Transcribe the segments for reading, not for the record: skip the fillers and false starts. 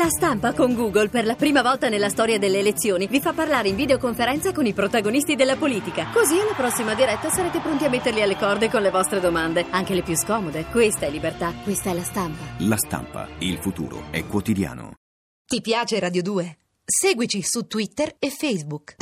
Stampa con Google, per la prima volta nella storia delle elezioni, vi fa parlare in videoconferenza con i protagonisti della politica. Così alla prossima diretta sarete pronti a metterli alle corde con le vostre domande, anche le più scomode. Questa è libertà, questa è La Stampa. La Stampa, il futuro è quotidiano. Ti piace Radio 2? Seguici su Twitter e Facebook.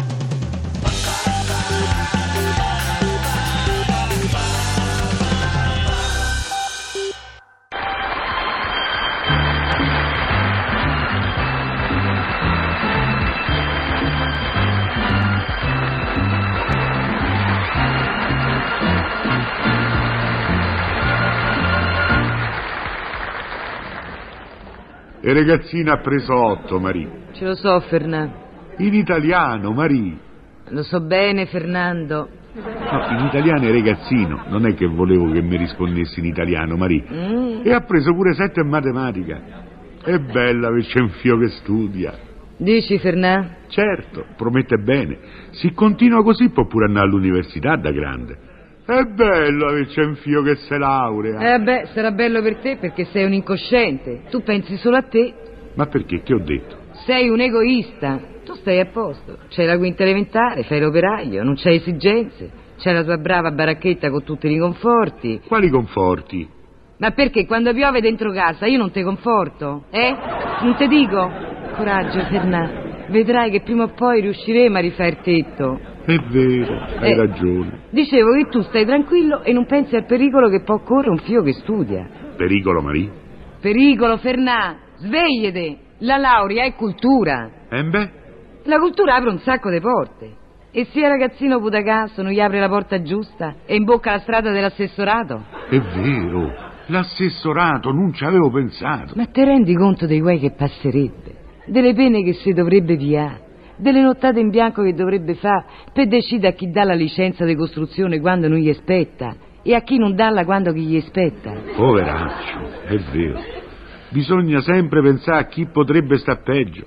E ragazzina ha preso 8, Marie. Ce lo so, Fernando. In italiano, Marie. Lo so bene, Fernando. No, in italiano è ragazzino. Non è che volevo che mi rispondessi in italiano, Marie. E ha preso pure 7 in matematica. È bella che c'è un fio che studia. Dici, Fernando? Certo, promette bene. Se continua così può pure andare all'università da grande. È bello che c'è un fio che si laurea. Sarà bello per te perché sei un incosciente. Tu pensi solo a te. Ma perché? Che ho detto? Sei un egoista. Tu stai a posto. C'hai la quinta elementare, fai l'operaio, non c'hai esigenze. C'è la tua brava baracchetta con tutti i conforti. Quali conforti? Ma perché quando piove dentro casa io non te conforto? Non te dico? Coraggio, Fernando. Vedrai che prima o poi riusciremo a rifare il tetto. È vero, hai ragione. Dicevo che tu stai tranquillo e non pensi al pericolo che può correre un fio che studia. Pericolo, Marie? Pericolo, Fernà, svegliate. La laurea è cultura. Beh? La cultura apre un sacco di porte. E se il ragazzino putacasso non gli apre la porta giusta e imbocca la strada dell'assessorato? È vero, l'assessorato, non ci avevo pensato. Ma te rendi conto dei guai che passerebbe? Delle pene che si dovrebbe pigliare? Delle nottate in bianco che dovrebbe fare per decidere a chi dà la licenza di costruzione quando non gli spetta e a chi non dalla quando chi gli spetta. Poveraccio, è vero. Bisogna sempre pensare a chi potrebbe star peggio,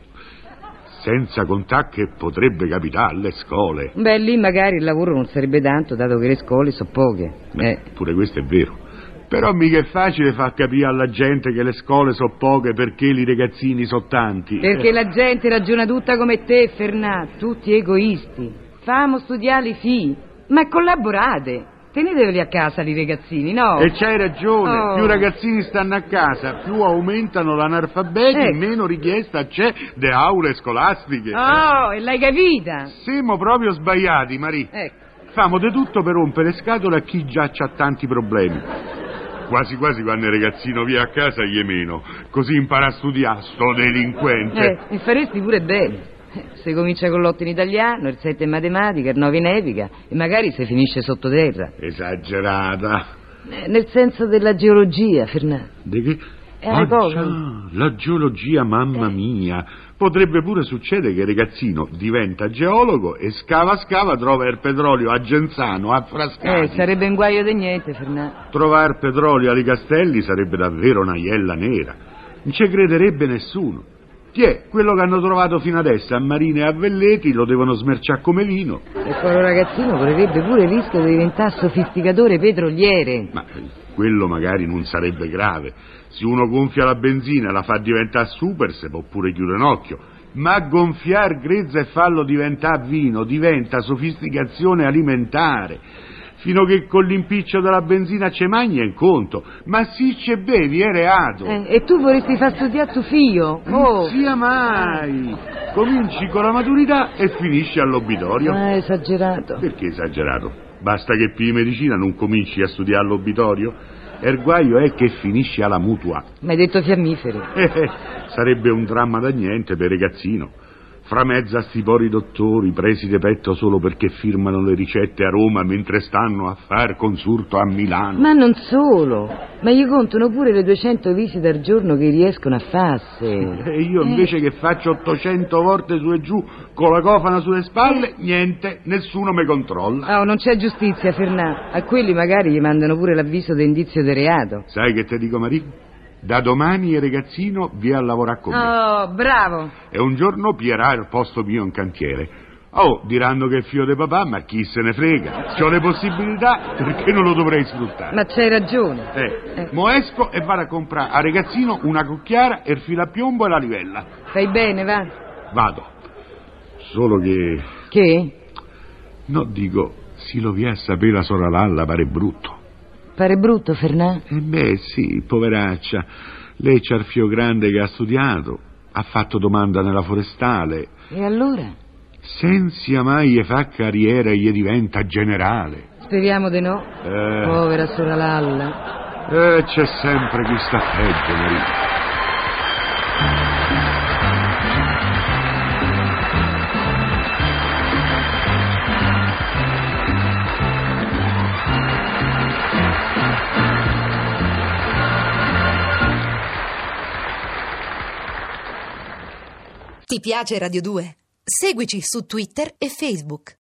senza contare che potrebbe capitare alle scuole. Lì magari il lavoro non sarebbe tanto, dato che le scuole sono poche. Pure questo è vero. Però mica è facile far capire alla gente che le scuole sono poche perché i ragazzini sono tanti. Perché la gente ragiona tutta come te, Fernando, tutti egoisti. Famo studiare i figli, ma collaborate. Teneteveli a casa i ragazzini, no? E c'hai ragione, più ragazzini stanno a casa, più aumentano l'analfabeto e meno richiesta c'è di aule scolastiche. E l'hai capita? Siamo proprio sbagliati, Marie. Famo di tutto per rompere le scatole a chi già c'ha tanti problemi. Quasi quasi quando il ragazzino via a casa gli meno, così impara a studiare, sto delinquente. E faresti pure bene. Se comincia con l'8 in italiano, il 7 in matematica, il 9 in epica e magari se finisce sottoterra. Esagerata. Nel senso della geologia, Fernando. Di che? Già, la geologia, mamma mia. Potrebbe pure succedere che il ragazzino diventa geologo e scava, trova il petrolio a Genzano, a Frascati. Sarebbe un guaio di niente, Fernando. Trovare petrolio ai Castelli sarebbe davvero una iella nera. Non ci crederebbe nessuno. Chi è? Quello che hanno trovato fino adesso a Marina e a Velletti lo devono smerciare come vino. E quello ragazzino correrebbe pure il rischio di diventare sofisticatore petroliere. Ma quello magari non sarebbe grave. Se uno gonfia la benzina e la fa diventare super, se può pure chiudere un occhio. Ma gonfiare grezza e farlo diventare vino diventa sofisticazione alimentare. Fino che con l'impiccio della benzina ce magna in conto. Ma sì, ce bevi, è reato. E tu vorresti far studiare tuo figlio? Non sia mai. Cominci con la maturità e finisci all'obitorio. Ma è esagerato. Perché esagerato? Basta che pigli medicina, non cominci a studiare all'obitorio. Il guaio è che finisci alla mutua. Mi hai detto fiammiferi. Sarebbe un dramma da niente per ragazzino. Fra mezzo a sti pori dottori presi de petto solo perché firmano le ricette a Roma mentre stanno a far consulto a Milano. Ma non solo, ma gli contano pure le 200 visite al giorno che riescono a farsi. E io invece che faccio 800 volte su e giù con la cofana sulle spalle, niente, nessuno mi controlla. Non c'è giustizia, Fernando. A quelli magari gli mandano pure l'avviso di indizio di reato. Sai che te dico, Maria? Da domani il ragazzino viene a lavorare con me. Bravo. E un giorno pierà il posto mio in cantiere. Oh, diranno che è figlio di papà, ma chi se ne frega? C'ho le possibilità, perché non lo dovrei sfruttare? Ma c'hai ragione. Mo esco e vado a comprare a ragazzino una cucchiara e il filo a piombo e la livella. Fai bene, va. Vado. Solo che... Che? No, dico, si lo vi a sapere la sora Lalla, pare brutto. Pare brutto, Fernà? Beh, sì, poveraccia. Lei c'ha il fio grande che ha studiato, ha fatto domanda nella forestale. E allora? Senza mai gli fa carriera e gli diventa generale. Speriamo di no. Povera sora Lalla. C'è sempre chi sta peggio, Maria. Ti piace Radio 2? Seguici su Twitter e Facebook.